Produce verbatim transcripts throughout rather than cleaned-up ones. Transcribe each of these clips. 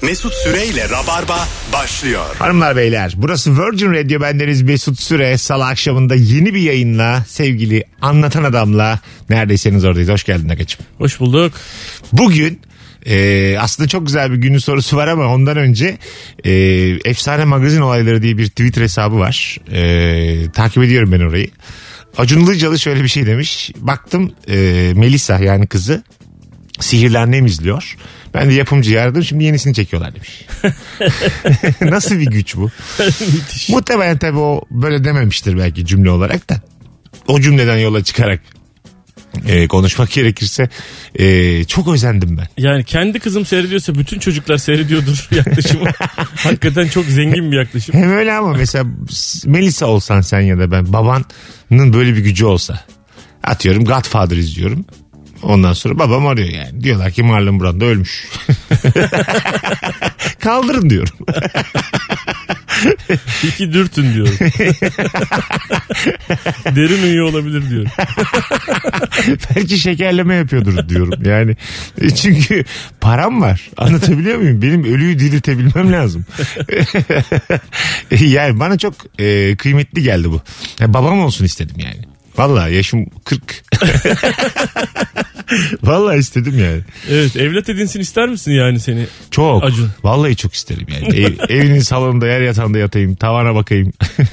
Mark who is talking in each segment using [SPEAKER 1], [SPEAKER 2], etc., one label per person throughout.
[SPEAKER 1] Mesut Süreyle Rabarba başlıyor.
[SPEAKER 2] Hanımlar beyler, burası Virgin Radio, bendeniz Mesut Süre. Salı akşamında yeni bir yayınla, sevgili Anlatan Adam'la neredeyseniz oradayız. Hoş geldin Agacığım.
[SPEAKER 3] Hoş bulduk.
[SPEAKER 2] Bugün e, aslında çok güzel bir günün sorusu var ama ondan önce e, Efsane Magazin Olayları diye bir Twitter hesabı var. E, takip ediyorum ben orayı. Acun Ilıcalı şöyle bir şey demiş. Baktım e, Melisa yani kızı Sihirli Annem izliyor. Ben de yapımcıya aradım, şimdi yenisini çekiyorlar demiş. Nasıl bir güç bu? Muhtemelen tabii o böyle dememiştir belki cümle olarak da. O cümleden yola çıkarak e, konuşmak gerekirse e, çok özendim ben.
[SPEAKER 3] Yani kendi kızım seyrediyorsa bütün çocuklar seyrediyordur yaklaşımı. Hakikaten çok zengin bir yaklaşım.
[SPEAKER 2] Hem öyle ama mesela Melisa olsan sen ya da ben, babanın böyle bir gücü olsa, atıyorum Godfather izliyorum. Ondan sonra babam arıyor yani. Diyorlar ki Marlon Brando ölmüş. Kaldırın diyorum.
[SPEAKER 3] İki dürtün diyorum. Derin üye olabilir diyorum.
[SPEAKER 2] Belki şekerleme yapıyordur diyorum. Yani çünkü param var. Anlatabiliyor muyum? Benim ölüyü diriltebilmem lazım. Yani bana çok e, kıymetli geldi bu. Yani babam olsun istedim yani. Vallahi yaşım kırk. Vallahi istedim yani.
[SPEAKER 3] Evet, evlat edinsin ister misin yani seni?
[SPEAKER 2] Çok.
[SPEAKER 3] Acun.
[SPEAKER 2] Vallahi çok isterim yani. Ev, evinin salonunda, yer yatağında yatayım, tavana bakayım.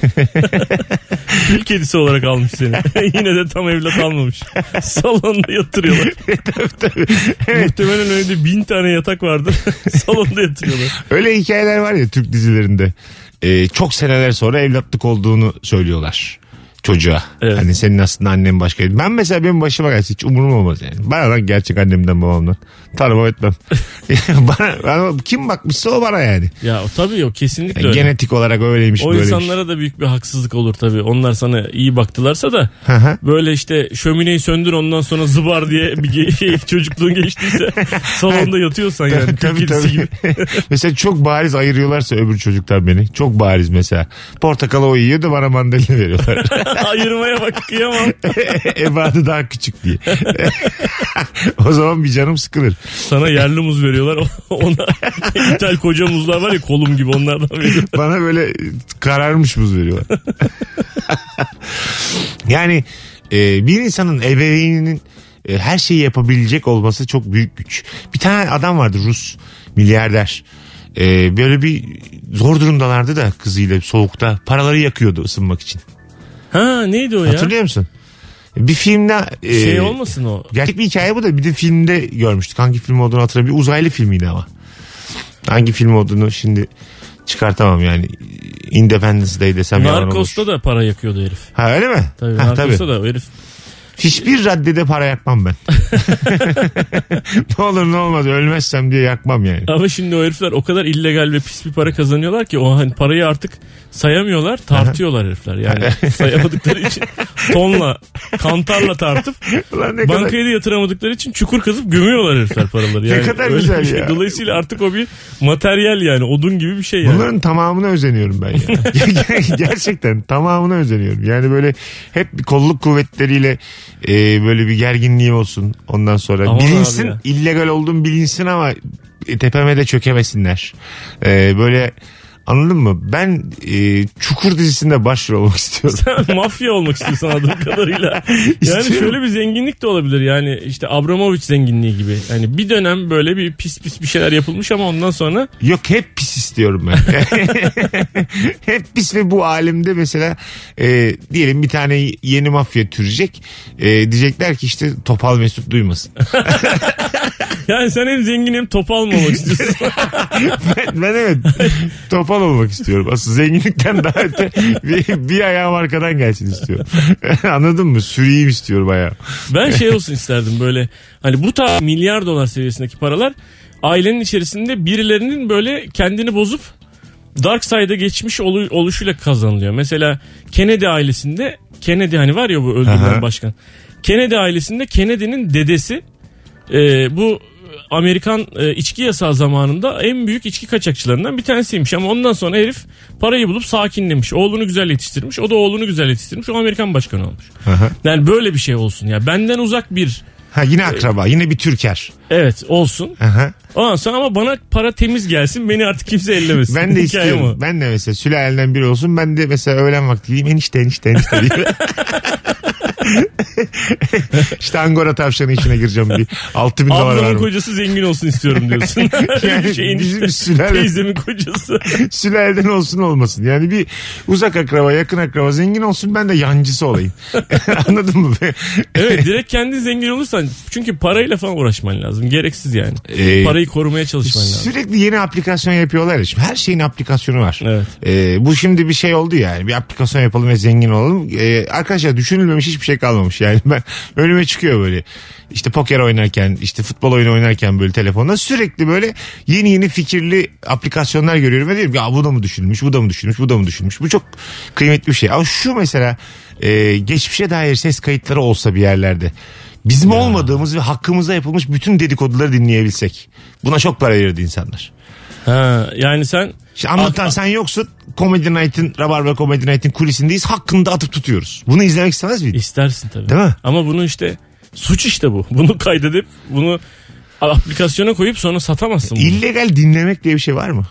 [SPEAKER 3] Kül kedisi olarak almış seni. Yine de tam evlat almamış. Salonda yatırıyorlar.
[SPEAKER 2] Tabii tabii. Evet.
[SPEAKER 3] Muhtemelen öyle bin tane yatak vardır. Salonda yatırıyorlar.
[SPEAKER 2] Öyle hikayeler var ya Türk dizilerinde. Ee, çok seneler sonra evlatlık olduğunu söylüyorlar çocuğa. Evet. Hani senin aslında annen başkaydı. Ben mesela benim başıma gelse hiç umurum olmaz yani. Bana lan gerçek annemden babamdan. Tanımam etmem. bana, bana, kim bakmışsa o bana yani.
[SPEAKER 3] Ya tabii yok, kesinlikle
[SPEAKER 2] yani
[SPEAKER 3] öyle.
[SPEAKER 2] Genetik olarak öyleymiş
[SPEAKER 3] o
[SPEAKER 2] böyleymiş. O
[SPEAKER 3] insanlara da büyük bir haksızlık olur tabii. Onlar sana iyi baktılarsa da böyle işte şömineyi söndür ondan sonra zıbar diye bir şey, çocukluğun geçtiyse salonda yatıyorsan yani.
[SPEAKER 2] Tabii tabii. Gibi. Mesela çok bariz ayırıyorlarsa öbür çocuklar beni. Çok bariz mesela. Portakalı o yiyor da bana mandalina veriyorlar.
[SPEAKER 3] Ayırmaya bak, kıyamam.
[SPEAKER 2] Ebadı daha küçük diye. O zaman bir canım sıkılır.
[SPEAKER 3] Sana yerli muz veriyorlar. Ona ithal koca muzlar var ya, kolum gibi, onlardan veriyorlar.
[SPEAKER 2] Bana böyle kararmış muz veriyorlar. Yani e, bir insanın ebeveyninin e, her şeyi yapabilecek olması çok büyük güç. Bir tane adam vardı, Rus milyarder. E, böyle bir zor durumdalardı da kızıyla soğukta paraları yakıyordu ısınmak için.
[SPEAKER 3] Ha, neydi o ya?
[SPEAKER 2] Hatırlıyor musun? Bir filmde
[SPEAKER 3] şey
[SPEAKER 2] e,
[SPEAKER 3] olmasın o.
[SPEAKER 2] Gerçek bir hikaye bu da, bir de filmde görmüştük. Hangi film olduğunu hatırlamıyorum. Bir uzaylı filmiydi ama. Hangi film olduğunu şimdi çıkartamam yani. Independence Day desem yalan olur.
[SPEAKER 3] Narcos'ta da para yakıyordu herif.
[SPEAKER 2] Ha öyle mi?
[SPEAKER 3] Tabii,
[SPEAKER 2] ha,
[SPEAKER 3] Narcos'ta
[SPEAKER 2] tabii.
[SPEAKER 3] da herif.
[SPEAKER 2] Hiçbir raddede para yakmam ben. Ne olur ne olmaz ölmezsem diye yakmam yani.
[SPEAKER 3] Ama şimdi o herifler o kadar illegal ve pis bir para kazanıyorlar ki o hani parayı artık sayamıyorlar, tartıyorlar herifler. Yani sayamadıkları için tonla, kantarla tartıp bankaya kadar... da yatıramadıkları için çukur kazıp gömüyorlar herifler paraları. Yani
[SPEAKER 2] ne kadar güzel
[SPEAKER 3] şey.
[SPEAKER 2] ya.
[SPEAKER 3] Dolayısıyla artık o bir materyal yani, odun gibi bir şey yani.
[SPEAKER 2] Bunların tamamına özeniyorum ben ya. Gerçekten tamamına özeniyorum. Yani böyle hep bir kolluk kuvvetleriyle e, böyle bir gerginliği olsun. Ondan sonra aman bilinsin, illegal olduğum bilinsin ama tepeme de çökemesinler. E, böyle anladın mı? Ben e, Çukur dizisinde başrol olmak istiyorum.
[SPEAKER 3] Sen mafya olmak istiyorsun anladığım kadarıyla. Yani şöyle bir zenginlik de olabilir. Yani işte Abramovich zenginliği gibi. Yani bir dönem böyle bir pis pis bir şeyler yapılmış ama ondan sonra...
[SPEAKER 2] Yok, hep pis istiyorum ben. Hep pis ve bu alemde mesela e, diyelim bir tane yeni mafya türecek. E, diyecekler ki işte Topal Mesut duymasın.
[SPEAKER 3] Yani sen hem zengin hem topal mı olmak istiyorsun?
[SPEAKER 2] ben, ben evet topal olmak istiyorum. Aslında zenginlikten daha öte bir, bir ayağım arkadan gelsin istiyorum. Anladın mı? Süreyim istiyorum ayağım.
[SPEAKER 3] Ben şey olsun isterdim böyle. Hani bu tarz milyar dolar seviyesindeki paralar ailenin içerisinde birilerinin böyle kendini bozup dark side'a geçmiş oluşuyla kazanılıyor. Mesela Kennedy ailesinde, Kennedy hani var ya bu öldürülen başkan. Kennedy ailesinde Kennedy'nin dedesi e, bu Amerikan e, içki yasağı zamanında en büyük içki kaçakçılarından bir tanesiymiş. Ama ondan sonra herif parayı bulup sakinlemiş. Oğlunu güzel yetiştirmiş. O da oğlunu güzel yetiştirmiş. O Amerikan başkanı olmuş. Aha. Yani böyle bir şey olsun. Ya benden uzak bir
[SPEAKER 2] Ha, yine akraba, yine bir Türker.
[SPEAKER 3] Evet olsun.
[SPEAKER 2] Aha.
[SPEAKER 3] Ondan sonra ama bana para temiz gelsin, beni artık kimse ellemesin.
[SPEAKER 2] Ben de istiyorum. O. Ben de mesela sülaleden biri olsun. Ben de mesela öğlen vakti diyeyim enişte enişte enişte diyeyim. İşte Angora tavşanı içine gireceğim bir altı bin dolar var.
[SPEAKER 3] Ablamın kocası zengin olsun istiyorum diyorsun.
[SPEAKER 2] Yani
[SPEAKER 3] şey,
[SPEAKER 2] bizim sülale,
[SPEAKER 3] teyzemin kocası.
[SPEAKER 2] Sülaleden olsun olmasın. Yani bir uzak akraba, yakın akraba zengin olsun, ben de yancısı olayım. Anladın mı?
[SPEAKER 3] Evet, direkt kendi zengin olursan, çünkü parayla falan uğraşman lazım. Gereksiz yani.
[SPEAKER 2] Ee,
[SPEAKER 3] Parayı korumaya çalışman lazım.
[SPEAKER 2] Sürekli yeni aplikasyon yapıyorlar ya. Şimdi her şeyin aplikasyonu var.
[SPEAKER 3] Evet.
[SPEAKER 2] Ee, bu şimdi bir şey oldu yani. Bir aplikasyon yapalım ve zengin olalım. Ee, arkadaşlar düşünülmemiş hiçbir şey kalmamış. Yani ben önüme çıkıyor böyle. İşte poker oynarken, işte futbol oyunu oynarken böyle telefonda sürekli böyle yeni yeni fikirli aplikasyonlar görüyorum ve diyorum ya bu da mı düşünülmüş, bu da mı düşünülmüş, bu da mı düşünülmüş. Bu çok kıymetli bir şey. Ama şu mesela e, geçmişe dair ses kayıtları olsa bir yerlerde, bizim ya. olmadığımız ve hakkımıza yapılmış bütün dedikoduları dinleyebilsek, buna çok para verirdi insanlar.
[SPEAKER 3] Ha, yani sen
[SPEAKER 2] İşte anlatan a- sen yoksun. Comedy Night'in, Rabarba Comedy Night'in kulisindeyiz. Hakkında atıp tutuyoruz. Bunu izlemek istemez miydin?
[SPEAKER 3] İstersin tabii.
[SPEAKER 2] Değil mi?
[SPEAKER 3] Ama bunu işte suç işte bu. Bunu kaydedip bunu aplikasyona koyup sonra satamazsın bunu.
[SPEAKER 2] İllegal dinlemek diye bir şey var mı?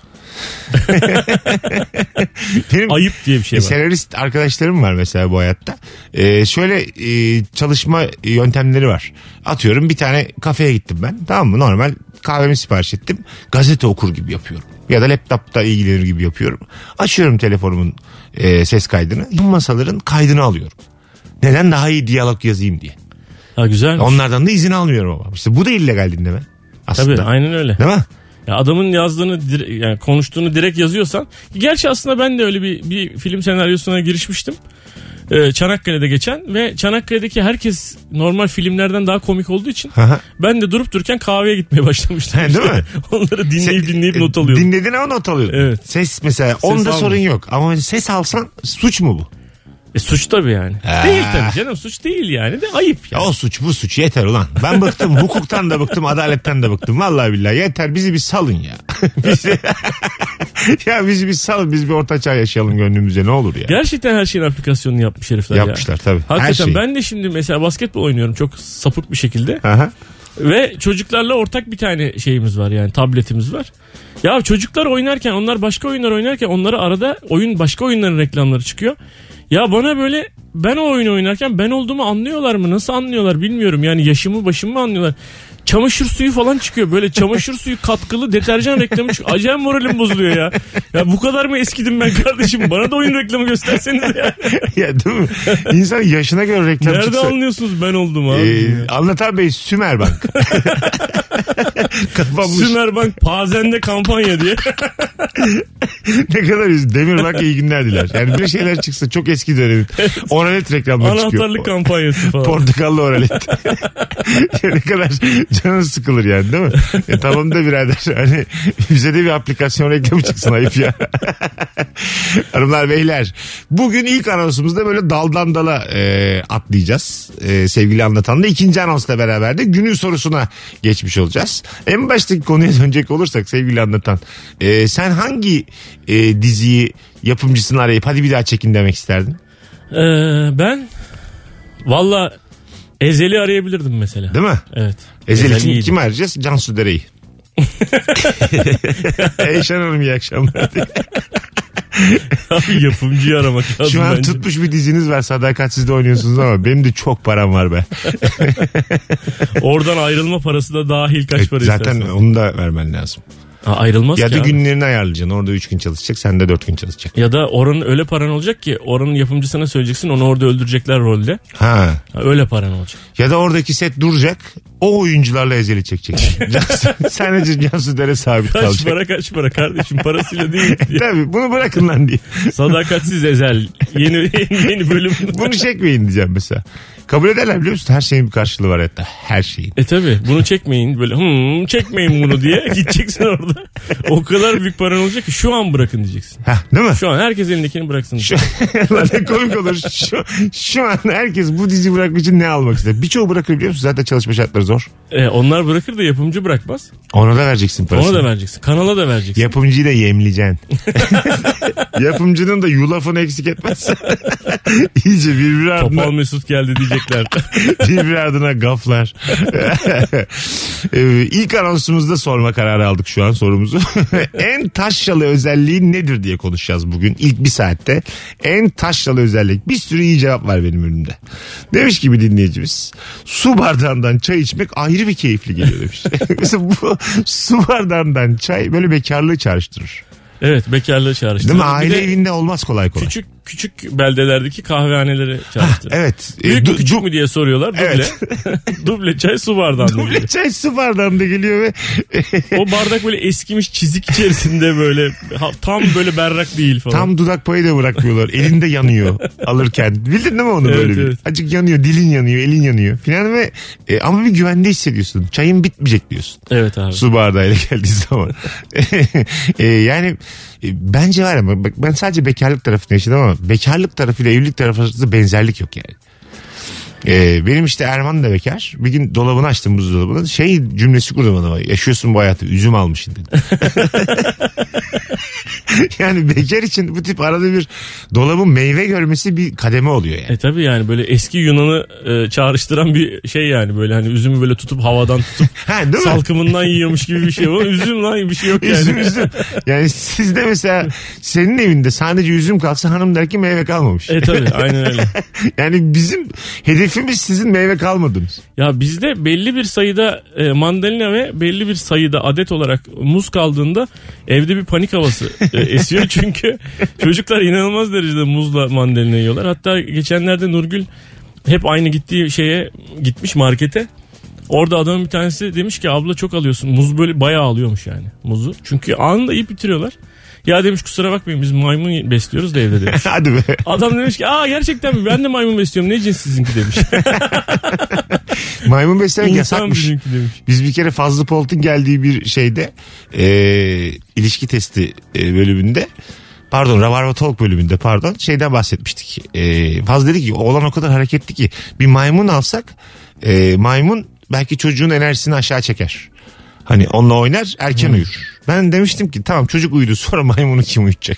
[SPEAKER 2] Benim
[SPEAKER 3] ayıp diye bir şey var.
[SPEAKER 2] Senarist arkadaşlarım var mesela bu hayatta. Ee, şöyle e, çalışma yöntemleri var. Atıyorum bir tane kafeye gittim ben. Tamam mı? Normal kahvemi sipariş ettim. Gazete okur gibi yapıyorum. Ya da laptopta ilgilenir gibi yapıyorum. Açıyorum telefonumun e, ses kaydını. Masaların kaydını alıyorum. Neden? Daha iyi diyalog yazayım diye.
[SPEAKER 3] Ha, güzelmiş.
[SPEAKER 2] Onlardan da izin almıyorum ama. İşte bu da illegal dinleme. Aslında.
[SPEAKER 3] Tabii aynen öyle.
[SPEAKER 2] Değil mi?
[SPEAKER 3] Ya adamın yazdığını, yani konuştuğunu direkt yazıyorsan. Gerçi aslında ben de öyle bir, bir film senaryosuna girişmiştim. Ee, Çanakkale'de geçen ve Çanakkale'deki herkes normal filmlerden daha komik olduğu için
[SPEAKER 2] Aha.
[SPEAKER 3] ben de durup dururken kahveye gitmeye başlamıştım.
[SPEAKER 2] He,
[SPEAKER 3] işte.
[SPEAKER 2] değil mi?
[SPEAKER 3] Onları dinleyip
[SPEAKER 2] Sen,
[SPEAKER 3] dinleyip not alıyordum.
[SPEAKER 2] Dinledin ama not alıyordun.
[SPEAKER 3] Evet.
[SPEAKER 2] Ses mesela
[SPEAKER 3] Ses
[SPEAKER 2] onda
[SPEAKER 3] aldım.
[SPEAKER 2] sorun yok ama ses alsan suç mu bu?
[SPEAKER 3] E, suç tabii yani.
[SPEAKER 2] Ha.
[SPEAKER 3] Değil tabii canım, suç değil yani de ayıp yani.
[SPEAKER 2] Ya o suç bu suç yeter ulan. Ben bıktım, hukuktan da bıktım, adaletten de bıktım. Vallahi billahi yeter, bizi bir salın ya. bizi... ya bizi bir salın, biz bir ortaçağ yaşayalım gönlümüze, ne olur ya.
[SPEAKER 3] Gerçekten her şeyin aplikasyonunu yapmış herifler
[SPEAKER 2] Yapmışlar
[SPEAKER 3] ya.
[SPEAKER 2] tabii.
[SPEAKER 3] Hakikaten
[SPEAKER 2] şey.
[SPEAKER 3] Ben de şimdi mesela basketbol oynuyorum çok sapık bir şekilde.
[SPEAKER 2] Aha.
[SPEAKER 3] Ve çocuklarla ortak bir tane şeyimiz var, yani tabletimiz var. Ya çocuklar oynarken, onlar başka oyunlar oynarken onlara arada oyun başka oyunların reklamları çıkıyor. Ya bana böyle, ben o oyunu oynarken ben olduğumu anlıyorlar mı? Nasıl anlıyorlar bilmiyorum. Yani yaşımı başımı mı anlıyorlar? Çamaşır suyu falan çıkıyor. Böyle çamaşır suyu katkılı deterjan reklamı çıkıyor. Acayip moralim bozuluyor ya. Ya bu kadar mı eskidim ben kardeşim? Bana da oyun reklamı gösterseniz ya.
[SPEAKER 2] Ya değil mi? İnsan yaşına göre reklam
[SPEAKER 3] Nerede
[SPEAKER 2] çıksa.
[SPEAKER 3] Nerede anlıyorsunuz ben oldum abi?
[SPEAKER 2] Ee, Anlatan Bey Sümerbank. Kapanmış.
[SPEAKER 3] Sümerbank Pazen'de kampanya diye.
[SPEAKER 2] Ne kadar üzüldüm. Demirbank iyi günler diler. Yani bir şeyler çıksa çok eski dönemin. Oralet reklamları çıkıyor.
[SPEAKER 3] Anahtarlık kampanyası falan.
[SPEAKER 2] Portakallı oralet. Ya ne kadar canın sıkılır yani, değil mi? E, tamam da birader. Hani bize de bir aplikasyon reklamı çıksın, ayıp ya. Hanımlar beyler. Bugün ilk anonsumuzda böyle daldan dala e, atlayacağız. E, sevgili anlatanla. İkinci anonsla beraber de günün sorusuna geçmiş olacağız. En baştaki konuya dönecek olursak sevgili anlatan. E, sen hangi e, diziyi yapımcısını arayıp hadi bir daha çekin demek isterdin?
[SPEAKER 3] Ee, ben valla Ezel'i arayabilirdim mesela.
[SPEAKER 2] Değil mi?
[SPEAKER 3] Evet.
[SPEAKER 2] Ezel,
[SPEAKER 3] Ezel
[SPEAKER 2] için
[SPEAKER 3] iyiydi.
[SPEAKER 2] kim arayacağız? Cansu Dere'yi. Eyşan Hanım iyi akşamlar.
[SPEAKER 3] Abi yapımcıyı aramak lazım.
[SPEAKER 2] Şu an
[SPEAKER 3] bence.
[SPEAKER 2] tutmuş bir diziniz var, Sadakatsiz'de oynuyorsunuz ama benim de çok param var be.
[SPEAKER 3] Oradan ayrılma parası da dahil kaç para
[SPEAKER 2] Zaten
[SPEAKER 3] istersen.
[SPEAKER 2] onu da vermen lazım.
[SPEAKER 3] Ha, ayrılmaz
[SPEAKER 2] Ya
[SPEAKER 3] ki
[SPEAKER 2] da
[SPEAKER 3] abi.
[SPEAKER 2] günlerini ayarlayacaksın. Orada üç gün çalışacak, sen de dört gün çalışacak.
[SPEAKER 3] Ya da oranın öyle paran olacak ki oranın yapımcısına söyleyeceksin, onu orada öldürecekler rolde.
[SPEAKER 2] Ha.
[SPEAKER 3] Ha, öyle paran olacak.
[SPEAKER 2] Ya da oradaki set duracak. O oyuncularla Ezel'i çekecek. Sadece Cansu Dere sabit
[SPEAKER 3] Kaç
[SPEAKER 2] kalacak.
[SPEAKER 3] para kaç para kardeşim, parasıyla değil diye.
[SPEAKER 2] Tabii bunu bırakın lan diye.
[SPEAKER 3] Sadakatsiz Ezel yeni yeni, yeni bölüm.
[SPEAKER 2] Bunu çekmeyin diyeceğim mesela. Kabul ederler biliyor musun? Her şeyin bir karşılığı var hatta. Her şeyin.
[SPEAKER 3] E tabi bunu çekmeyin böyle hmm, çekmeyin bunu diye gideceksin orada. O kadar büyük paran olacak ki şu an bırakın diyeceksin.
[SPEAKER 2] Hah, değil mi?
[SPEAKER 3] Şu an herkes elindekini bıraksın.
[SPEAKER 2] Şu, lan ne komik olur. Şu, şu an herkes bu dizi bırakmak için ne almak ister? Birçoğu bırakır biliyor musun? Zaten çalışma şartları zor. zor.
[SPEAKER 3] E, onlar bırakır da yapımcı bırakmaz.
[SPEAKER 2] Ona da vereceksin parasını.
[SPEAKER 3] Ona da vereceksin. Kanala da vereceksin.
[SPEAKER 2] Yapımcıyı da yemleyeceksin. Yapımcının da yulafını eksik etmez. İyice birbir ardına.
[SPEAKER 3] Topal Mesut geldi diyecekler.
[SPEAKER 2] birbir ardına gaflar. ee, ilk anonsumuzda sorma kararı aldık şu an sorumuzu. En taşralı özelliği nedir diye konuşacağız bugün. İlk bir saatte. En taşralı özellik. Bir sürü iyi cevap var benim önümde. Demiş ki bir dinleyicimiz. Su bardağından çay içmek ayrı bir keyifli geliyor demiş. Mesela bu su bardağından çay böyle bekarlığı çağrıştırır.
[SPEAKER 3] Evet, bekarlığı çağrıştırır.
[SPEAKER 2] Değil mi? Aile evinde olmaz kolay kolay.
[SPEAKER 3] Küçük küçük beldelerdeki kahvehaneleri çağrıştırır.
[SPEAKER 2] Evet.
[SPEAKER 3] Büyük
[SPEAKER 2] Du-
[SPEAKER 3] mü küçük
[SPEAKER 2] du-
[SPEAKER 3] mü diye soruyorlar. Duble.
[SPEAKER 2] Evet.
[SPEAKER 3] Duble çay su bardağında
[SPEAKER 2] Duble
[SPEAKER 3] geliyor.
[SPEAKER 2] çay su bardağında geliyor ve
[SPEAKER 3] O bardak böyle eskimiş çizik içerisinde böyle tam böyle berrak değil falan.
[SPEAKER 2] tam dudak payı da bırakmıyorlar. Elinde yanıyor alırken. Bildin değil mi onu
[SPEAKER 3] Evet,
[SPEAKER 2] böyle bir?
[SPEAKER 3] evet.
[SPEAKER 2] Azıcık yanıyor, dilin yanıyor, elin yanıyor filan ve e, ama bir güvende hissediyorsun. Çayın bitmeyecek diyorsun.
[SPEAKER 3] Evet abi.
[SPEAKER 2] Su bardağıyla geldiği zaman. e, yani e, bence var ama bak, ben sadece bekarlık tarafını yaşadım ama bekarlık tarafıyla evlilik tarafı arasında benzerlik yok yani. Ee, benim işte Erman da bekar. Bir gün dolabını açtım, buzdolabını. Şey cümlesi kurdum bana. Yaşıyorsun bu hayatı. Üzüm almışsın dedi. Yani bekar için bu tip arada bir dolabın meyve görmesi bir kademe oluyor yani.
[SPEAKER 3] E tabi yani böyle eski Yunan'ı e, çağrıştıran bir şey yani böyle hani üzümü böyle tutup havadan tutup
[SPEAKER 2] Ha, değil mi?
[SPEAKER 3] salkımından yiyormuş gibi bir şey var. Üzüm lan bir şey yok yani.
[SPEAKER 2] Üzüm üzüm. Yani sizde mesela senin evinde sadece üzüm kalsa hanım der ki meyve kalmamış.
[SPEAKER 3] E tabi aynen öyle.
[SPEAKER 2] Yani bizim hedefimiz sizin meyve kalmadınız.
[SPEAKER 3] Ya bizde belli bir sayıda e, mandalina ve belli bir sayıda adet olarak muz kaldığında evde bir panik havası e, esiyor. Çünkü çocuklar inanılmaz derecede muzla mandalina yiyorlar. Hatta geçenlerde Nurgül hep aynı gittiği şeye gitmiş markete. Orada adamın bir tanesi demiş ki abla çok alıyorsun. Muz böyle bayağı alıyormuş yani muzu. Çünkü anında yiyip bitiriyorlar. Ya demiş kusura bakmayın biz maymun besliyoruz da evde demiş.
[SPEAKER 2] Hadi be.
[SPEAKER 3] Adam demiş ki aa gerçekten mi ben de maymun besliyorum ne cins sizinki demiş.
[SPEAKER 2] Maymun beslemek
[SPEAKER 3] İnsan
[SPEAKER 2] yasakmış.
[SPEAKER 3] bizimki demiş.
[SPEAKER 2] Biz bir kere Fazlı Polat'ın geldiği bir şeyde e, ilişki testi e, bölümünde pardon Rabarba Talk bölümünde pardon şeyden bahsetmiştik. E, Fazlı dedi ki oğlan o kadar hareketli ki bir maymun alsak e, maymun belki çocuğun enerjisini aşağı çeker. Hani onunla oynar erken hmm. uyur. Ben demiştim ki tamam çocuk uyudu sonra maymunu kim uyutacak?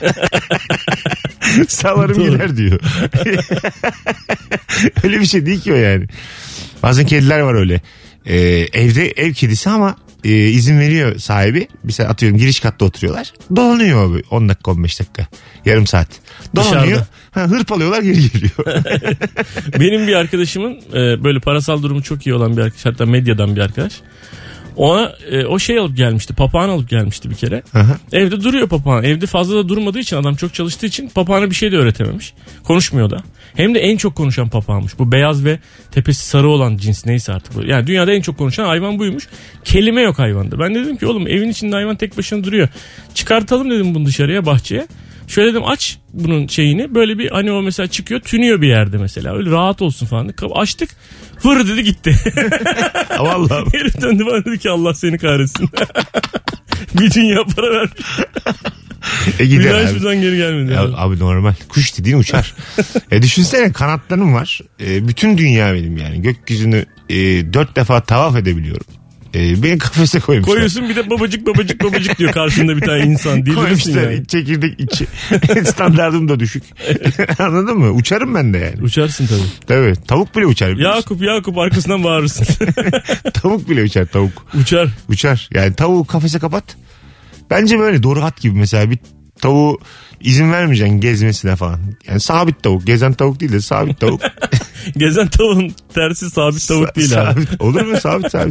[SPEAKER 2] Salarım gider diyor. Öyle bir şey değil ki o yani. Bazen kediler var öyle. Ee, evde ev kedisi ama e, izin veriyor sahibi. Mesela atıyorum giriş katta oturuyorlar. Dolanıyor abi on dakika on beş dakika. Yarım saat. Dolanıyor. Ha, hırpalıyorlar geri geliyor.
[SPEAKER 3] Benim bir arkadaşımın e, böyle parasal durumu çok iyi olan bir arkadaş hatta medyadan bir arkadaş. Ona e, o şey alıp gelmişti. Papağan alıp gelmişti bir kere.
[SPEAKER 2] Aha.
[SPEAKER 3] Evde duruyor papağan. Evde fazla da durmadığı için adam çok çalıştığı için papağana bir şey de öğretememiş. Konuşmuyor da. Hem de en çok konuşan papağanmış. Bu beyaz ve tepesi sarı olan cins neyse artık bu. Yani dünyada en çok konuşan hayvan buymuş. Kelime yok hayvanda. Ben de dedim ki oğlum evin içinde hayvan tek başına duruyor. Çıkartalım dedim bunu dışarıya bahçeye. Şöyle dedim aç bunun şeyini böyle bir hani o mesela çıkıyor tünüyor bir yerde mesela öyle rahat olsun falan. Açtık vır dedi gitti.
[SPEAKER 2] Vallahi.
[SPEAKER 3] Herif döndü bana dedi ki Allah seni kahretsin. Bir dünya para ver.
[SPEAKER 2] E gider
[SPEAKER 3] bir daha
[SPEAKER 2] abi.
[SPEAKER 3] hiçbir zaman geri gelmedi.
[SPEAKER 2] Ya,
[SPEAKER 3] yani.
[SPEAKER 2] abi normal. Kuş dediğin uçar. e düşünsene kanatlarım var. E, bütün dünya benim yani. Gökyüzünü e, dört defa tavaf edebiliyorum. E, beni kafese koymuşlar.
[SPEAKER 3] Koyuyorsun bir de babacık babacık babacık diyor karşında bir tane insan. Delirsin
[SPEAKER 2] Koymuşlar
[SPEAKER 3] yani.
[SPEAKER 2] çekirdek içi. Standartım da düşük. Anladın mı? Uçarım ben de yani.
[SPEAKER 3] Uçarsın tabii.
[SPEAKER 2] Tabii. Tavuk bile uçar.
[SPEAKER 3] Yakup Yakup arkasından bağırırsın.
[SPEAKER 2] Tavuk bile uçar tavuk.
[SPEAKER 3] Uçar.
[SPEAKER 2] Uçar. Yani tavuğu kafese kapat. Bence böyle doğru hat gibi mesela bir tavuğu izin vermeyeceksin gezmesine falan. Yani sabit tavuk. Gezen tavuk değil de sabit tavuk.
[SPEAKER 3] Gezen tavuğun tersi sabit tavuk değil
[SPEAKER 2] Sa-
[SPEAKER 3] abi.
[SPEAKER 2] Sabit. Olur mu? Sabit sabit.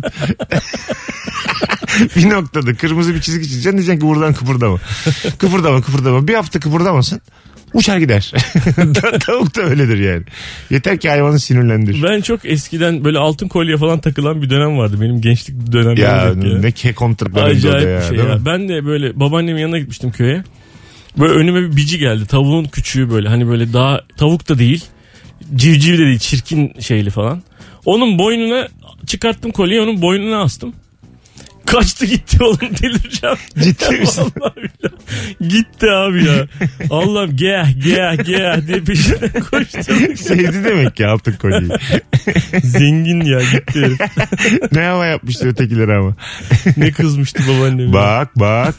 [SPEAKER 2] Bir noktada kırmızı bir çizgi çizeceksin. Diyeceksin ki buradan kıpırdama. Kıpırdama kıpırdama. Bir hafta kıpırdamasın. Uçar gider. Tavuk da öyledir yani. Yeter ki hayvanı sinirlendir.
[SPEAKER 3] Ben çok eskiden böyle altın kolye falan takılan bir dönem vardı. Benim gençlik dönemlerim.
[SPEAKER 2] Ya,
[SPEAKER 3] ya
[SPEAKER 2] ne kekontrak
[SPEAKER 3] acayip
[SPEAKER 2] ya,
[SPEAKER 3] bir şey ya. Ben de böyle babaannemin yanına gitmiştim köye. Böyle önüme bir bici geldi. Tavuğun küçüğü böyle hani böyle daha tavuk da değil. Civciv de değil çirkin şeyli falan. Onun boynuna çıkarttım kolyeyi onun boynuna astım. Kaçtı gitti oğlum, delireceğim.
[SPEAKER 2] Ciddi misin?
[SPEAKER 3] Vallahi billahi. Gitti abi ya. Allah'ım geh geh geh diye peşinden koştum.
[SPEAKER 2] Sevdi demek ki altın kolyeyi.
[SPEAKER 3] Zengin ya, gitti herif.
[SPEAKER 2] Ne hava yapmıştı ötekileri ama.
[SPEAKER 3] Ne kızmıştı babaannem.
[SPEAKER 2] Bak bak.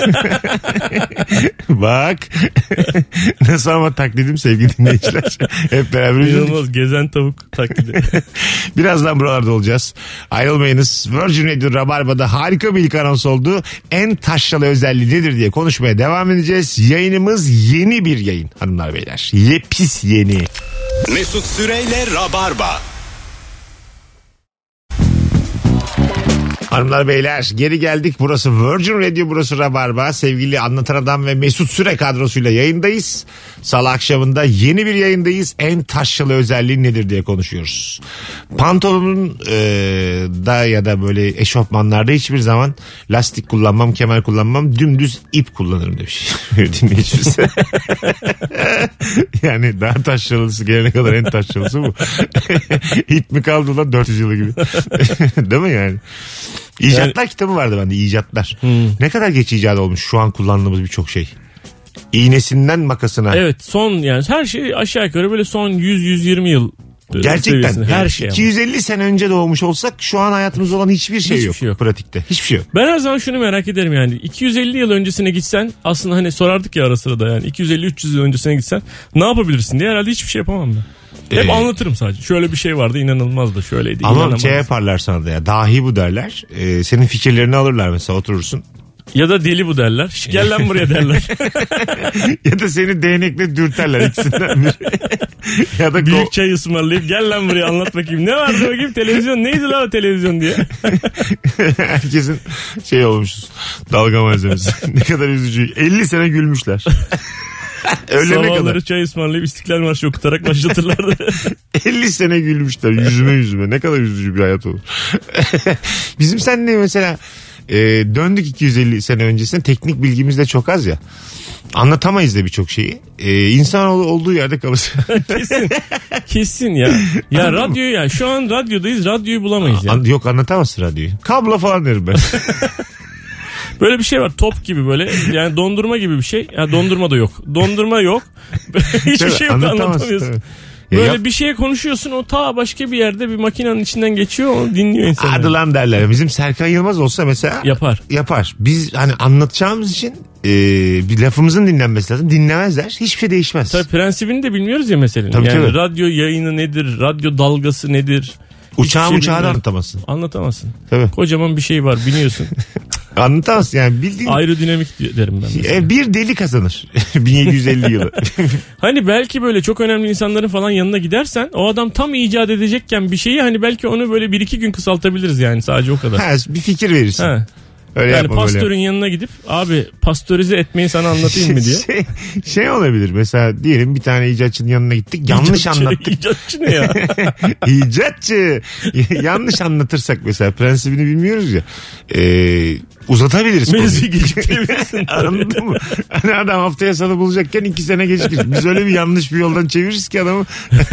[SPEAKER 2] Bak. Nasıl ama taklidim sevgili dinleyiciler. Hep beraber üzüldük.
[SPEAKER 3] İnanılmaz gezen tavuk taklidi.
[SPEAKER 2] Birazdan buralarda olacağız. Ayrılmayınız. Virgin Radio Rabarba'da harika bir ilk anons oldu. En taşralı özelliği nedir diye konuşmaya devam edeceğiz. Yayınımız yeni bir yayın hanımlar beyler. Yepis yeni.
[SPEAKER 1] Mesut Süreyle Rabarba.
[SPEAKER 2] Hanımlar beyler geri geldik. Burası Virgin Radio, burası Rabarba. Sevgili Anlatan Adam ve Mesut Süre kadrosuyla yayındayız. Salı akşamında yeni bir yayındayız. En taşralı özelliği nedir diye konuşuyoruz. Pantolonun e, da ya da böyle eşofmanlarda hiçbir zaman lastik kullanmam, kemer kullanmam, dümdüz ip kullanırım demiş. Dinleyicimiz. Yani daha taşralısı gelene kadar en taşralısı bu. İp mi kaldı lan dört yüz yılı gibi. Değil mi yani? İcatlar yani, kitabı vardı bende, icatlar. Hmm. Ne kadar geç icat olmuş şu an kullandığımız birçok şey. İğnesinden makasına.
[SPEAKER 3] Evet, son yani her şey aşağı yukarı böyle son yüz yüz yirmi yıl.
[SPEAKER 2] Gerçekten
[SPEAKER 3] her
[SPEAKER 2] yani
[SPEAKER 3] şey.
[SPEAKER 2] iki yüz elli ama. Sene önce doğmuş olsak şu an hayatımızda olan hiçbir şey
[SPEAKER 3] hiçbir
[SPEAKER 2] yok,
[SPEAKER 3] şey yok
[SPEAKER 2] pratikte. Hiçbir şey yok.
[SPEAKER 3] Ben her zaman şunu merak ederim yani iki yüz elli yıl öncesine gitsen, aslında hani sorardık ya ara sıra da, yani iki yüz elli üç yüz yıl öncesine gitsen ne yapabilirsin diye, herhalde hiçbir şey yapamam ben. Hep ee, anlatırım sadece. Şöyle bir şey vardı, inanılmazdı, şöyleydi.
[SPEAKER 2] Ama şey yaparlar sana da ya, dahi bu derler. Ee, senin fikirlerini alırlar mesela, oturursun.
[SPEAKER 3] Ya da deli bu derler. Gel lan buraya derler.
[SPEAKER 2] Ya da seni değnekle dürterler, ikisinden biri. Ya da
[SPEAKER 3] büyük çay ısmarlayıp gel lan buraya anlat bakayım. Ne vardı bakayım, televizyon neydi lan o televizyon diye.
[SPEAKER 2] Herkesin şey olmuşuz, dalga malzemesi. Ne kadar üzücü. elli sene gülmüşler. Ölene
[SPEAKER 3] sabahları çay ısmarlayıp İstiklal Marşı okutarak başlatırlardı.
[SPEAKER 2] elli sene gülmüşler yüzüme yüzüme. Ne kadar üzücü bir hayat olur. Bizim seninle mesela e, döndük iki yüz elli sene öncesine, teknik bilgimiz de çok az ya. Anlatamayız da birçok şeyi. Ee, insanoğlu olduğu yerde kalır.
[SPEAKER 3] Kesin. Kesin ya. Ya radyo ya, şu an radyodayız, radyoyu bulamayız ya. Yani.
[SPEAKER 2] Yok, anlatamazsın radyoyu. Kablo falan derim ben.
[SPEAKER 3] Böyle bir şey var, top gibi böyle, yani dondurma gibi bir şey. Yani dondurma da yok. Dondurma yok. Hiçbir tabii, şey yok, anlatamıyorsun. Tabii. Böyle ya bir şeye konuşuyorsun, o ta başka bir yerde bir makinenin içinden geçiyor, onu dinliyor insan.
[SPEAKER 2] Hadi lan derler. Bizim Serkan Yılmaz olsa mesela
[SPEAKER 3] yapar.
[SPEAKER 2] Yapar. Biz hani anlatacağımız için e, bir lafımızın dinlenmesi lazım. Dinlemezler. Hiçbir şey değişmez.
[SPEAKER 3] Tabii prensibini de bilmiyoruz ya meselenin. Tabii, yani tabii. Radyo yayını nedir? Radyo dalgası nedir?
[SPEAKER 2] Uçağı şey uçağı da anlatamazsın.
[SPEAKER 3] Anlatamazsın.
[SPEAKER 2] Tabii.
[SPEAKER 3] Kocaman bir şey var, biniyorsun.
[SPEAKER 2] Anlatamazsın yani, bildiğin.
[SPEAKER 3] Aerodinamik derim ben mesela.
[SPEAKER 2] E, bir deli kazanır. bin yedi yüz elli yılı.
[SPEAKER 3] Hani belki böyle çok önemli insanların falan yanına gidersen, o adam tam icat edecekken bir şeyi, hani belki onu böyle bir iki gün kısaltabiliriz yani, sadece o kadar.
[SPEAKER 2] Ha, bir fikir verirsin. Ha.
[SPEAKER 3] Öyle yani yapma, pastörün böyle yanına gidip abi pastörize etmeyi sana anlatayım mı diye.
[SPEAKER 2] Şey, şey olabilir mesela, diyelim bir tane icatçının yanına gittik, yanlış icatçı, anlattık.
[SPEAKER 3] İcatçı ne ya?
[SPEAKER 2] İcatçı. Yanlış anlatırsak mesela, prensibini bilmiyoruz ya. Ee, uzatabiliriz.
[SPEAKER 3] Mevzi geciktirebilirsin.
[SPEAKER 2] Anladın mı? Hani adam haftaya salı bulacakken iki sene gecikir. Biz öyle bir yanlış bir yoldan çeviririz ki adamı.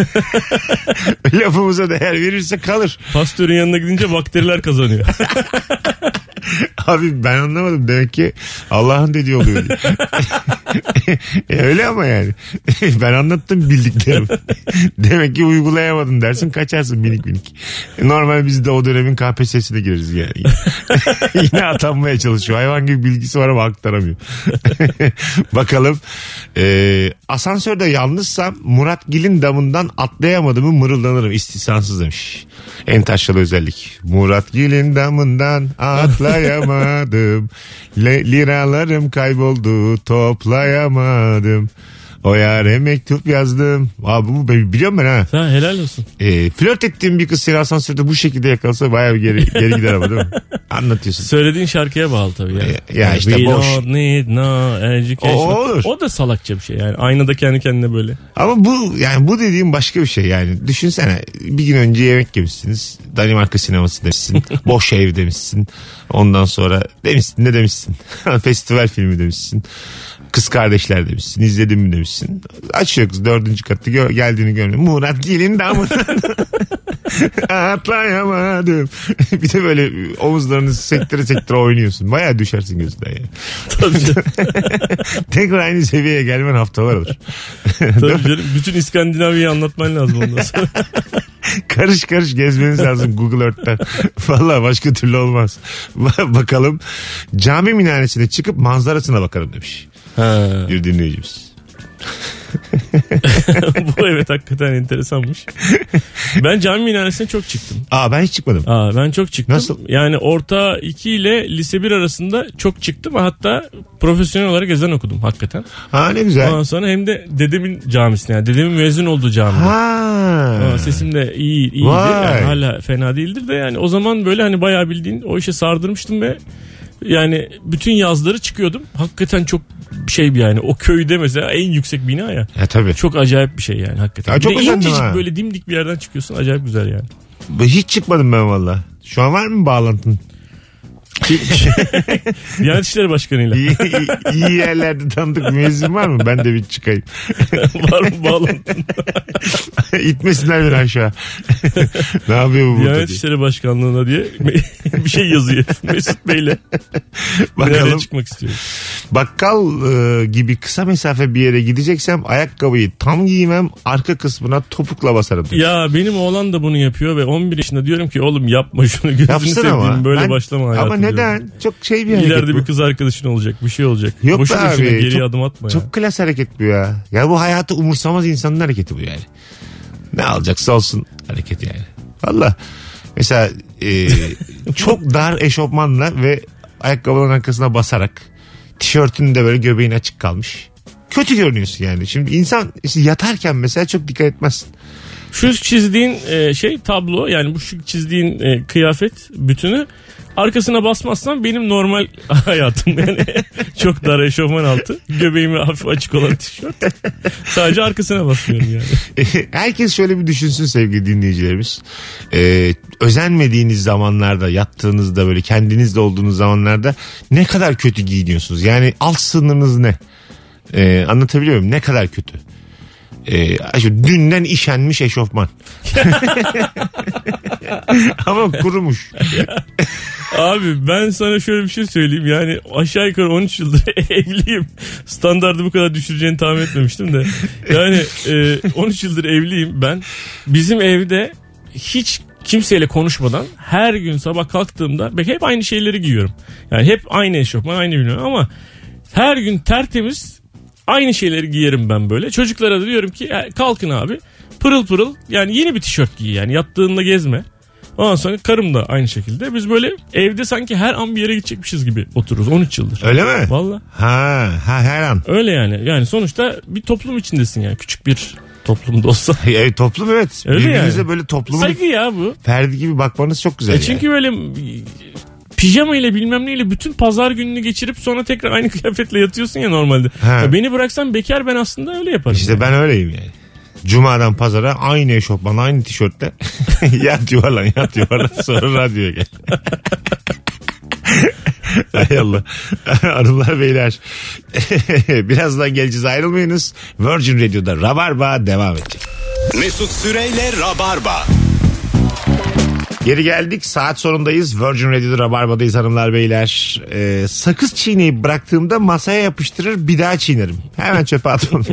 [SPEAKER 2] Lafımıza değer verirse kalır.
[SPEAKER 3] Pastörün yanına gidince bakteriler kazanıyor.
[SPEAKER 2] Abi ben anlamadım. Demek ki Allah'ın dediği oluyor diye. e, öyle ama yani. Ben anlattım bildiklerimi. Demek ki uygulayamadın dersin, kaçarsın minik minik. Normal biz de o dönemin K P S S'ine gireriz yani. Yine atanmaya çalışıyor. Hayvan gibi bilgisi var ama aktaramıyor. Bakalım. Ee, asansörde yalnızsam Murat Gil'in damından atlayamadığımı mırıldanırım. İstisnansız demiş. En taşralı özellik. Murat Gil'in damından atlayamadım. Le- liralarım kayboldu, toplayamadım. O yâre mektup yazdım. Abi bu biliyorum ben ha.
[SPEAKER 3] Sen helal olsun.
[SPEAKER 2] E, flört ettiğim bir kız seni asansörde bu şekilde yakalasa bayağı bir geri, geri gider ama değil mi? Anlatıyorsun.
[SPEAKER 3] Söylediğin şarkıya bağlı tabii ya.
[SPEAKER 2] E, ya işte
[SPEAKER 3] We
[SPEAKER 2] boş.
[SPEAKER 3] don't need no education.
[SPEAKER 2] O, olur.
[SPEAKER 3] O da salakça bir şey yani. Aynada kendi kendine böyle.
[SPEAKER 2] Ama bu yani bu dediğim başka bir şey yani. Düşünsene, bir gün önce yemek yemişsiniz. Danimarka sineması demişsin. Boş ev demişsin. Ondan sonra demişsin, ne demişsin? Festival filmi demişsin. Kız kardeşler demişsin. İzledin mi demişsin. Açıyor kız dördüncü katta, gö- geldiğini görmüyor. Murat Gil'in damından. Atlayamadım. Bir de böyle omuzlarını sektire sektire oynuyorsun. Bayağı düşersin gözünden yani.
[SPEAKER 3] Tabii canım.
[SPEAKER 2] Tekrar aynı seviyeye gelmen haftalar olur.
[SPEAKER 3] Tabii canım. Bütün İskandinavya'yı anlatman lazım ondan sonra.
[SPEAKER 2] Karış karış gezmeniz lazım Google Earth'ten. Vallahi başka türlü olmaz. Bakalım. Cami minaresine çıkıp manzarasına bakalım demiş.
[SPEAKER 3] Ha.
[SPEAKER 2] Bir dinleyicimiz.
[SPEAKER 3] Bu evet hakikaten enteresanmış. Ben cami minaresine çok çıktım.
[SPEAKER 2] Aa ben hiç çıkmadım.
[SPEAKER 3] Aa ben çok çıktım.
[SPEAKER 2] Nasıl?
[SPEAKER 3] Yani orta iki ile lise bir arasında çok çıktım. Hatta profesyonel olarak ezan okudum hakikaten.
[SPEAKER 2] Ha ne güzel.
[SPEAKER 3] Ondan sonra hem de dedemin camisine, yani dedemin müezzin olduğu camide.
[SPEAKER 2] Ha.
[SPEAKER 3] Aa, sesim de iyi iyiydi. Yani hala fena değildir de yani o zaman böyle hani bayağı bildiğin o işe sardırmıştım ve yani bütün yazları çıkıyordum. Hakikaten çok şey bir yani o köyde mesela en yüksek bina ya.
[SPEAKER 2] Ya tabii.
[SPEAKER 3] Çok acayip bir şey yani hakikaten.
[SPEAKER 2] Ya çok
[SPEAKER 3] bir de
[SPEAKER 2] özendim
[SPEAKER 3] incecik
[SPEAKER 2] ha.
[SPEAKER 3] böyle dimdik bir yerden çıkıyorsun, acayip güzel yani.
[SPEAKER 2] Hiç çıkmadım ben valla. Şu an var mı bağlantın?
[SPEAKER 3] Diyanet İşleri Başkanı'yla.
[SPEAKER 2] İyi, iyi, iyi yerlerde tanıdık müezzin var mı? Ben de bir çıkayım.
[SPEAKER 3] Var mı bağlantın?
[SPEAKER 2] İtmesinler beni aşağı. Ne yapıyor bu burada
[SPEAKER 3] Diyanet
[SPEAKER 2] diye.
[SPEAKER 3] İşleri Başkanlığı'na diye bir şey yazıyor. Mesut Bey'le.
[SPEAKER 2] Bakalım.
[SPEAKER 3] Çıkmak istiyorum.
[SPEAKER 2] Bakkal e, gibi kısa mesafe bir yere gideceksem ayakkabıyı tam giymem, arka kısmına topukla basarım. Diyor.
[SPEAKER 3] Ya benim oğlan da bunu yapıyor ve on bir yaşında diyorum ki oğlum yapma şunu, gözünü
[SPEAKER 2] Yapsın
[SPEAKER 3] seveyim
[SPEAKER 2] ama.
[SPEAKER 3] böyle
[SPEAKER 2] Ben-
[SPEAKER 3] başlama hayatım.
[SPEAKER 2] Ama neden?
[SPEAKER 3] diyorum.
[SPEAKER 2] Çok şey bir hareket
[SPEAKER 3] İleride
[SPEAKER 2] bu.
[SPEAKER 3] bir kız arkadaşın olacak, bir şey olacak.
[SPEAKER 2] Yok
[SPEAKER 3] Boşu
[SPEAKER 2] be
[SPEAKER 3] boşuna
[SPEAKER 2] abi,
[SPEAKER 3] geriye
[SPEAKER 2] çok-
[SPEAKER 3] adım atma ya.
[SPEAKER 2] Çok klas hareket bu ya. Ya bu hayatı umursamaz insanın hareketi bu yani. Ne alacaksa olsun hareket yani. Valla. Mesela e, çok dar eşofmanla ve ayakkabının arkasına basarak tişörtün de böyle göbeğin açık kalmış. Kötü görünüyorsun yani. Şimdi insan işte yatarken mesela çok dikkat etmezsin.
[SPEAKER 3] Şu çizdiğin e, şey tablo, yani bu şu çizdiğin e, kıyafet bütünü arkasına basmazsan benim normal hayatım yani. Çok dar eşofman altı, göbeğime hafif açık olan tişört. Sadece arkasına basmıyorum yani.
[SPEAKER 2] Herkes şöyle bir düşünsün sevgili dinleyicilerimiz. Ee, özenmediğiniz zamanlarda, yattığınızda, böyle kendinizde olduğunuz zamanlarda ne kadar kötü giyiniyorsunuz? Yani alt sınırınız ne? Ee, anlatabiliyor muyum? Ne kadar kötü? Ee, şu dünden işenmiş eşofman. Ama kurumuş.
[SPEAKER 3] Abi ben sana şöyle bir şey söyleyeyim, yani aşağı yukarı on üç yıldır evliyim. Standardı bu kadar düşüreceğini tahmin etmemiştim de. Yani e, on üç yıldır evliyim ben. Bizim evde hiç kimseyle konuşmadan her gün sabah kalktığımda ben hep aynı şeyleri giyiyorum. Yani hep aynı eşofman, aynı bilmiyorum ama her gün tertemiz aynı şeyleri giyerim ben böyle. Çocuklara da diyorum ki kalkın abi, pırıl pırıl, yani yeni bir tişört giy, yani yattığında gezme. Ondan sonra karım da aynı şekilde. Biz böyle evde sanki her an bir yere gidecekmişiz gibi otururuz on üç yıldır.
[SPEAKER 2] Öyle mi?
[SPEAKER 3] Valla.
[SPEAKER 2] Ha, ha her an.
[SPEAKER 3] Öyle yani. Yani sonuçta bir toplum içindesin yani. Küçük bir toplumda olsa.
[SPEAKER 2] Evet, toplum evet.
[SPEAKER 3] Öyle
[SPEAKER 2] Birbirinize
[SPEAKER 3] yani.
[SPEAKER 2] böyle toplumun
[SPEAKER 3] Saygı ya bu.
[SPEAKER 2] ferdi gibi bakmanız çok güzel.
[SPEAKER 3] E çünkü
[SPEAKER 2] yani.
[SPEAKER 3] böyle pijama ile bilmem neyle bütün pazar gününü geçirip sonra tekrar aynı kıyafetle yatıyorsun ya normalde.
[SPEAKER 2] Ha.
[SPEAKER 3] Ya beni bıraksan bekar ben aslında öyle yaparım.
[SPEAKER 2] İşte
[SPEAKER 3] yani.
[SPEAKER 2] ben öyleyim yani. Cuma'dan pazara aynı eşofman, aynı tişörtle yat yuvarlan yat yuvarlan sonra radyoya gel. Hay Allah. Hanımlar beyler. Birazdan geleceğiz, ayrılmayınız. Virgin Radio'da Rabarba devam edecek.
[SPEAKER 1] Mesut Süreyle Rabarba.
[SPEAKER 2] Geri geldik, saat sonundayız. Virgin Radio'da Rabarba'dayız hanımlar beyler. Ee, sakız çiğneyip bıraktığımda masaya yapıştırır, bir daha çiğnerim. Hemen çöpe atmam.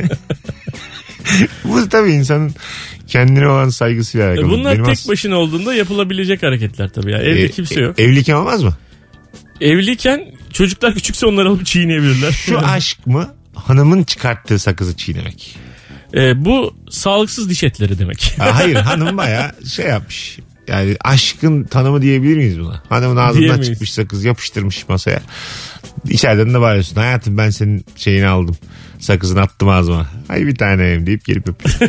[SPEAKER 2] Bu tabii insanın kendine olan saygısıyla alakalı.
[SPEAKER 3] Bunlar
[SPEAKER 2] Benim
[SPEAKER 3] tek
[SPEAKER 2] as-
[SPEAKER 3] başına olduğunda yapılabilecek hareketler tabii ya. Evde
[SPEAKER 2] Ee,
[SPEAKER 3] kimse yok.
[SPEAKER 2] e- Evliyken olmaz mı?
[SPEAKER 3] Evliyken çocuklar küçükse onları alıp çiğneyebilirler.
[SPEAKER 2] Şu aşk mı? Hanımın çıkarttığı sakızı çiğnemek.
[SPEAKER 3] Ee, bu sağlıksız diş etleri demek.
[SPEAKER 2] Ha, hayır, hanım baya şey yapmış. Yani aşkın tanımı diyebilir miyiz buna? Hanımın ağzından
[SPEAKER 3] Diyemeyiz.
[SPEAKER 2] çıkmış sakız, yapıştırmış masaya. İçeriden de bağırıyorsun. Hayatım ben senin şeyini aldım. Sakızını attım ağzıma. Hay bir tane deyip gelip öpüyor.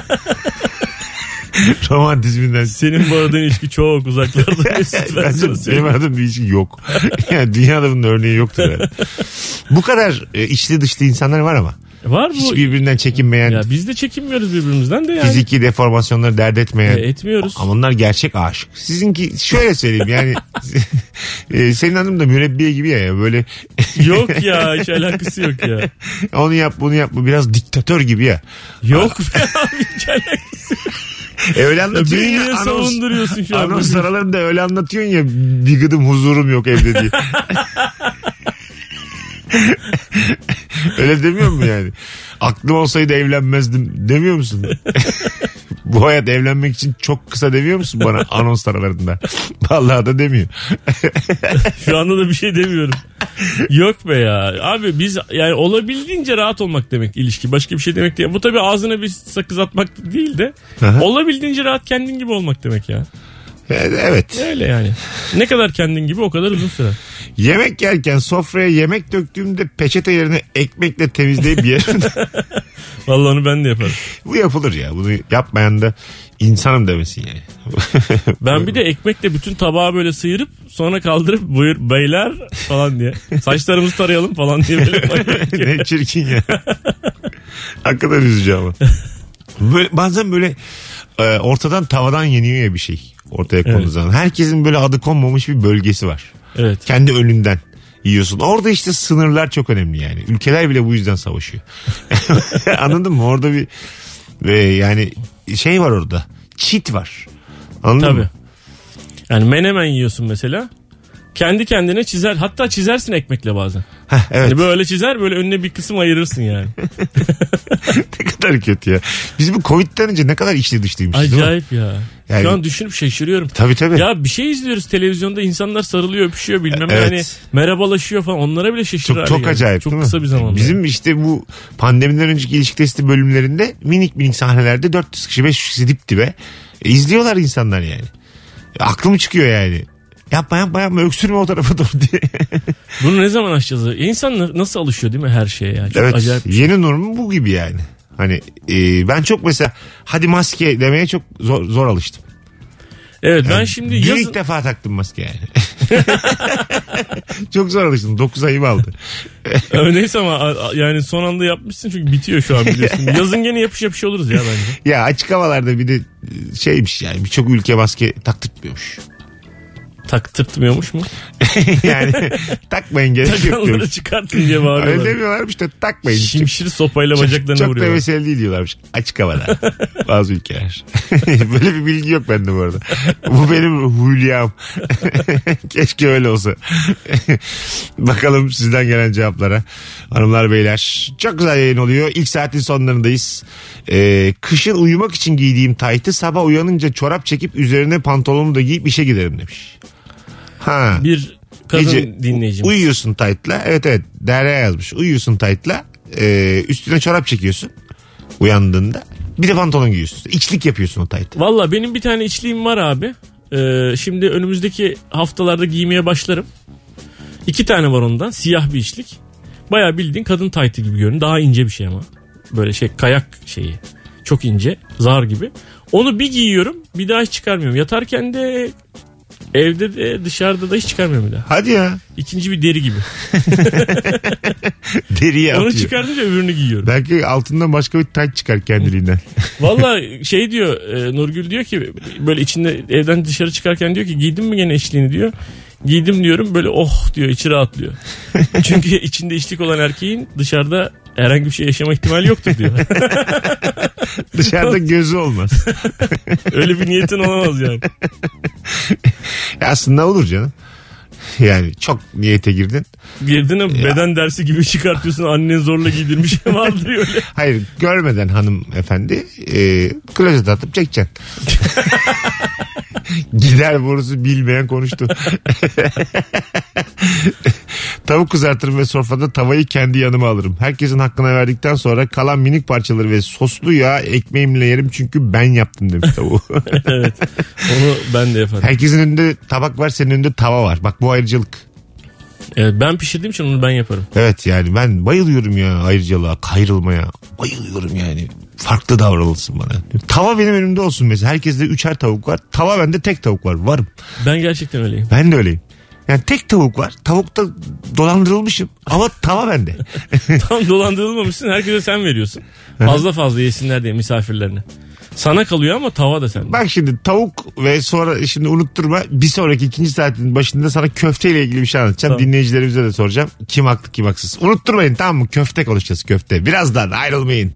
[SPEAKER 2] Romantizminden.
[SPEAKER 3] Senin bu arada ilişki çok uzaklarda. Mesut, ben sana
[SPEAKER 2] Benim
[SPEAKER 3] söyleyeyim.
[SPEAKER 2] aradığım bir ilişki yok. Yani dünyada bunun örneği yoktur. Yani. Bu kadar e, içli dışlı insanlar var ama.
[SPEAKER 3] Var bu.
[SPEAKER 2] Hiç birbirinden çekinmeyen,
[SPEAKER 3] Ya biz de çekinmiyoruz birbirimizden de yani.
[SPEAKER 2] fiziki deformasyonları dert etmeyen.
[SPEAKER 3] E, etmiyoruz.
[SPEAKER 2] Ama onlar gerçek aşık. Sizinki şöyle söyleyeyim yani e, senin hanım da mürebbiye gibi ya, böyle
[SPEAKER 3] Yok ya, hiç alakası yok ya.
[SPEAKER 2] onu yap bunu yap, bu biraz diktatör gibi ya.
[SPEAKER 3] Yok be abi, hiç alakası yok.
[SPEAKER 2] E öyle anlatıyorsun
[SPEAKER 3] Beni
[SPEAKER 2] ya.
[SPEAKER 3] niye
[SPEAKER 2] Anons,
[SPEAKER 3] savunduruyorsun şu an?
[SPEAKER 2] anons aralarında öyle anlatıyorsun ya. Bir gıdım huzurum yok evde diye. Öyle demiyor mu yani? Aklım olsaydı evlenmezdim demiyor musun? Bu hayat evlenmek için çok kısa demiyor musun bana anons aralarında? Vallahi da demiyor.
[SPEAKER 3] Şu anda da bir şey demiyorum. Yok be ya. Abi biz yani olabildiğince rahat olmak demek ilişki. Başka bir şey demek değil. Bu tabii ağzına bir sakız atmak değil de
[SPEAKER 2] Aha.
[SPEAKER 3] olabildiğince rahat kendin gibi olmak demek ya.
[SPEAKER 2] Evet.
[SPEAKER 3] Öyle yani. Ne kadar kendin gibi o kadar uzun sürer.
[SPEAKER 2] Yemek yerken sofraya yemek döktüğümde peçete yerine ekmekle temizleyip yerim.
[SPEAKER 3] Vallahi onu ben de yaparım.
[SPEAKER 2] Bu yapılır ya. Bunu yapmayan da insanım demesin yani.
[SPEAKER 3] Ben bir de ekmekle bütün tabağı böyle sıyırıp sonra kaldırıp buyur beyler falan diye. Saçlarımızı tarayalım falan diye böyle.
[SPEAKER 2] Ne çirkin ya. Hakikaten üzücü ama. Böyle, bazen böyle e, ortadan tavadan yeniyor ya bir şey. Ortaya konduğu
[SPEAKER 3] Evet.
[SPEAKER 2] zaman. Herkesin böyle adı konmamış bir bölgesi var.
[SPEAKER 3] Evet.
[SPEAKER 2] Kendi önünden yiyorsun. Orada işte sınırlar çok önemli yani. Ülkeler bile bu yüzden savaşıyor. Anladın mı? Orada bir ve yani şey var orada. Cheat var. Anladın
[SPEAKER 3] Tabii.
[SPEAKER 2] mı?
[SPEAKER 3] Yani menemen yiyorsun mesela. Kendi kendine çizer. Hatta çizersin ekmekle bazen.
[SPEAKER 2] Heh, evet.
[SPEAKER 3] Yani böyle çizer böyle önüne bir kısım ayırırsın yani.
[SPEAKER 2] Ne kadar kötü ya. Biz bu Covid'den önce ne kadar içli dışlıymışız değil mi?
[SPEAKER 3] Acayip ya.
[SPEAKER 2] Yani-
[SPEAKER 3] Şu an düşünüp şaşırıyorum.
[SPEAKER 2] Tabii tabii.
[SPEAKER 3] Ya bir şey izliyoruz televizyonda insanlar sarılıyor öpüşüyor bilmem ne
[SPEAKER 2] Evet.
[SPEAKER 3] hani merhabalaşıyor falan onlara bile şaşırır.
[SPEAKER 2] Çok,
[SPEAKER 3] hale
[SPEAKER 2] çok
[SPEAKER 3] geldi.
[SPEAKER 2] acayip
[SPEAKER 3] Çok
[SPEAKER 2] değil
[SPEAKER 3] kısa
[SPEAKER 2] mi?
[SPEAKER 3] bir zamanda.
[SPEAKER 2] Bizim işte bu pandemiden önceki ilişki testi bölümlerinde minik minik sahnelerde dört yüz kişi beş yüz kişi dip dibe e, izliyorlar insanlar yani. E, aklım çıkıyor yani. Yapma yapma yapma öksürme o tarafa doğru diye.
[SPEAKER 3] Bunu ne zaman aşacağız? İnsan nasıl alışıyor değil mi her şeye ya? Çok
[SPEAKER 2] Evet
[SPEAKER 3] acayip. bir şey.
[SPEAKER 2] yeni normu bu gibi yani. Hani e, ben çok mesela hadi maske demeye çok zor, zor alıştım.
[SPEAKER 3] Evet ben
[SPEAKER 2] Yani
[SPEAKER 3] şimdi
[SPEAKER 2] dün
[SPEAKER 3] yazın...
[SPEAKER 2] ilk defa taktım maske yani. Çok zor alıştım. dokuz ayımı aldı.
[SPEAKER 3] Neyse ama a- yani son anda yapmışsın çünkü bitiyor şu an biliyorsun. Yazın gene yapış yapış oluruz ya bence.
[SPEAKER 2] Ya açık havalarda bir de şeymiş yani birçok ülke maske taktırtmıyormuş.
[SPEAKER 3] Taktırtmıyormuş mu?
[SPEAKER 2] Yani takmayın gerek yok
[SPEAKER 3] Takanları
[SPEAKER 2] diyormuş.
[SPEAKER 3] çıkartın diye
[SPEAKER 2] Öyle
[SPEAKER 3] bağırıyorlar.
[SPEAKER 2] demiyorlarmış da takmayın.
[SPEAKER 3] Şimşir sopayla
[SPEAKER 2] Çok-
[SPEAKER 3] bacaklarına
[SPEAKER 2] Çok da
[SPEAKER 3] vuruyorlar.
[SPEAKER 2] mesele değil diyorlarmış. Açık havada. Bazı ülkeler. Böyle bir bilgi yok bende bu arada. Bu benim hülyam. Keşke öyle olsa. Bakalım sizden gelen cevaplara. Hanımlar beyler. Çok güzel yayın oluyor. İlk saatin sonlarındayız. Ee, kışın uyumak için giydiğim taytı sabah uyanınca çorap çekip üzerine pantolonumu da giyip işe giderim demiş. Ha.
[SPEAKER 3] Bir kadın
[SPEAKER 2] Gece
[SPEAKER 3] dinleyicimiz.
[SPEAKER 2] uyuyorsun taytla. Evet evet. Derya yazmış. Uyuyorsun taytla. Ee, üstüne çorap çekiyorsun. Uyandığında. Bir de pantolon giyiyorsun. İçlik yapıyorsun o taytı.
[SPEAKER 3] Valla benim bir tane içliğim var abi. Ee, şimdi önümüzdeki haftalarda giymeye başlarım. İki tane var ondan. Siyah bir içlik. Bayağı bildiğin kadın taytı gibi görünüyor. Daha ince bir şey ama. Böyle şey kayak şeyi. Çok ince. Zar gibi. Onu bir giyiyorum. Bir daha hiç çıkarmıyorum. Yatarken de evde de dışarıda da hiç çıkarmıyorum bir daha.
[SPEAKER 2] Hadi ya.
[SPEAKER 3] İkinci bir deri gibi.
[SPEAKER 2] Deriye
[SPEAKER 3] Onu
[SPEAKER 2] atıyor.
[SPEAKER 3] çıkartınca öbürünü giyiyorum.
[SPEAKER 2] Belki altından başka bir tayt çıkar kendiliğinden.
[SPEAKER 3] Valla şey diyor e, Nurgül diyor ki böyle içinde evden dışarı çıkarken diyor ki giydin mi gene içliğini diyor. Giydim diyorum böyle oh diyor içi rahatlıyor. Çünkü içinde içlik olan erkeğin dışarıda herhangi bir şey yaşama ihtimali yoktur diyor.
[SPEAKER 2] Dışarıda gözü olmaz.
[SPEAKER 3] Öyle bir niyetin olamaz yani.
[SPEAKER 2] Aslında olur canım. Yani çok niyete girdin.
[SPEAKER 3] Girdin ama beden dersi gibi çıkartıyorsun annen zorla giydirmiş vardır öyle.
[SPEAKER 2] Hayır görmeden hanımefendi e, klozete atıp çekeceksin. Gider borusu bilmeyen konuştu. Tavuk kızartırım ve sofrada tavayı kendi yanıma alırım. Herkesin hakkına verdikten sonra kalan minik parçaları ve soslu yağ ekmeğimle yerim çünkü ben yaptım demiş tavuğu.
[SPEAKER 3] Evet. Onu ben de yaparım.
[SPEAKER 2] Herkesin önünde tabak var, senin önünde tava var. Bak bu ayrıcalık.
[SPEAKER 3] Evet, ben pişirdiğim için onu ben yaparım.
[SPEAKER 2] Evet yani ben bayılıyorum ya ayrıcalığa, kayrılmaya. Bayılıyorum yani. Farklı davranılsın bana. Tava benim önümde olsun mesela. Herkeste üçer tavuk var. Tava bende tek tavuk var. Varım.
[SPEAKER 3] Ben gerçekten öyleyim.
[SPEAKER 2] Ben de öyleyim. Yani tek tavuk var. Tavukta dolandırılmışım ama tava bende.
[SPEAKER 3] Tam dolandırılmamışsın herkese sen veriyorsun. Fazla fazla yesinler diye misafirlerine. Sana kalıyor ama tava da sende.
[SPEAKER 2] Bak şimdi tavuk ve sonra şimdi unutturma bir sonraki ikinci saatin başında sana köfteyle ilgili bir şey anlatacağım.
[SPEAKER 3] Tamam.
[SPEAKER 2] Dinleyicilerimize de soracağım. Kim haklı kim haksız. Unutturmayın tamam mı? Köfte konuşacağız köfte. Birazdan ayrılmayın.